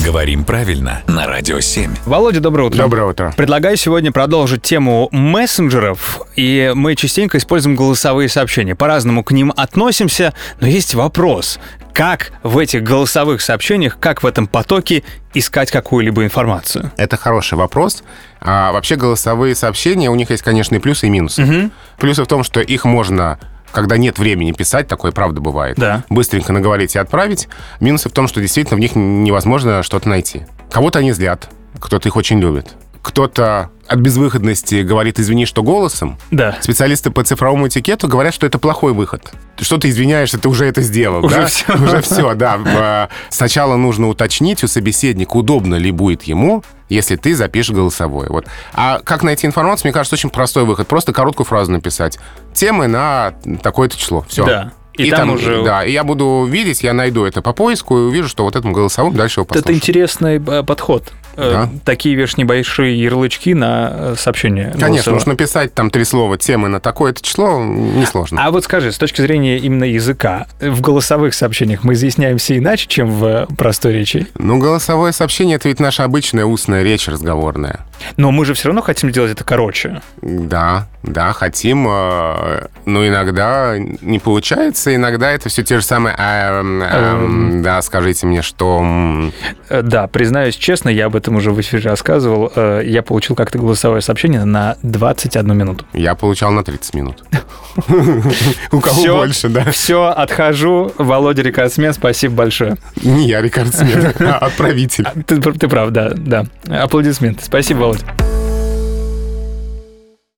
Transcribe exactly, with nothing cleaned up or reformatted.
Говорим правильно на Радио семь. Володя, доброе утро. Доброе утро. Предлагаю сегодня продолжить тему мессенджеров, и мы частенько используем голосовые сообщения. По-разному к ним относимся, но есть вопрос. Как в этих голосовых сообщениях, как в этом потоке искать какую-либо информацию? Это хороший вопрос. А, вообще голосовые сообщения, у них есть, конечно, и плюсы, и минусы. Угу. Плюсы в том, что их можно, когда нет времени писать, такое правда бывает, да. быстренько наговорить и отправить. Минусы в том, что действительно в них невозможно что-то найти. Кого-то они злят, кто-то их очень любит. Кто-то от безвыходности говорит «извини, что голосом». Да. Специалисты по цифровому этикету говорят, что это плохой выход. Что ты извиняешься, ты уже это сделал. Уже да? все. Уже все, да. Сначала нужно уточнить у собеседника, удобно ли будет ему, если ты запишешь голосовое. Вот. А как найти информацию, мне кажется, очень простой выход. Просто короткую фразу написать. Темы на такое-то число. Все. Да. И, И там, там уже... Да, и я буду видеть, я найду это по поиску и увижу, что вот этим голосовым дальше его послушаю. Это интересный э, подход. Да. Такие, видишь, небольшие ярлычки на сообщение. Конечно, голосовое. нужно написать там три слова темы на такое-то число, несложно. А вот скажи, с точки зрения именно языка, в голосовых сообщениях мы изъясняемся иначе, чем в простой речи? Ну, голосовое сообщение — это ведь наша обычная устная речь разговорная. Но мы же все равно хотим сделать это короче. Да, да, хотим, но иногда не получается, иногда это все те же самые... А, а, да, скажите мне, что... Да, признаюсь честно, я об этом уже в эфире рассказывал. Я получил как-то голосовое сообщение на двадцать одну минуту. Я получал на тридцать минут. У кого больше, да. Все, отхожу. Володя, рекордсмен, спасибо большое. Не я рекордсмен, а отправитель. Ты прав, да, да. Аплодисменты. Спасибо, Володя.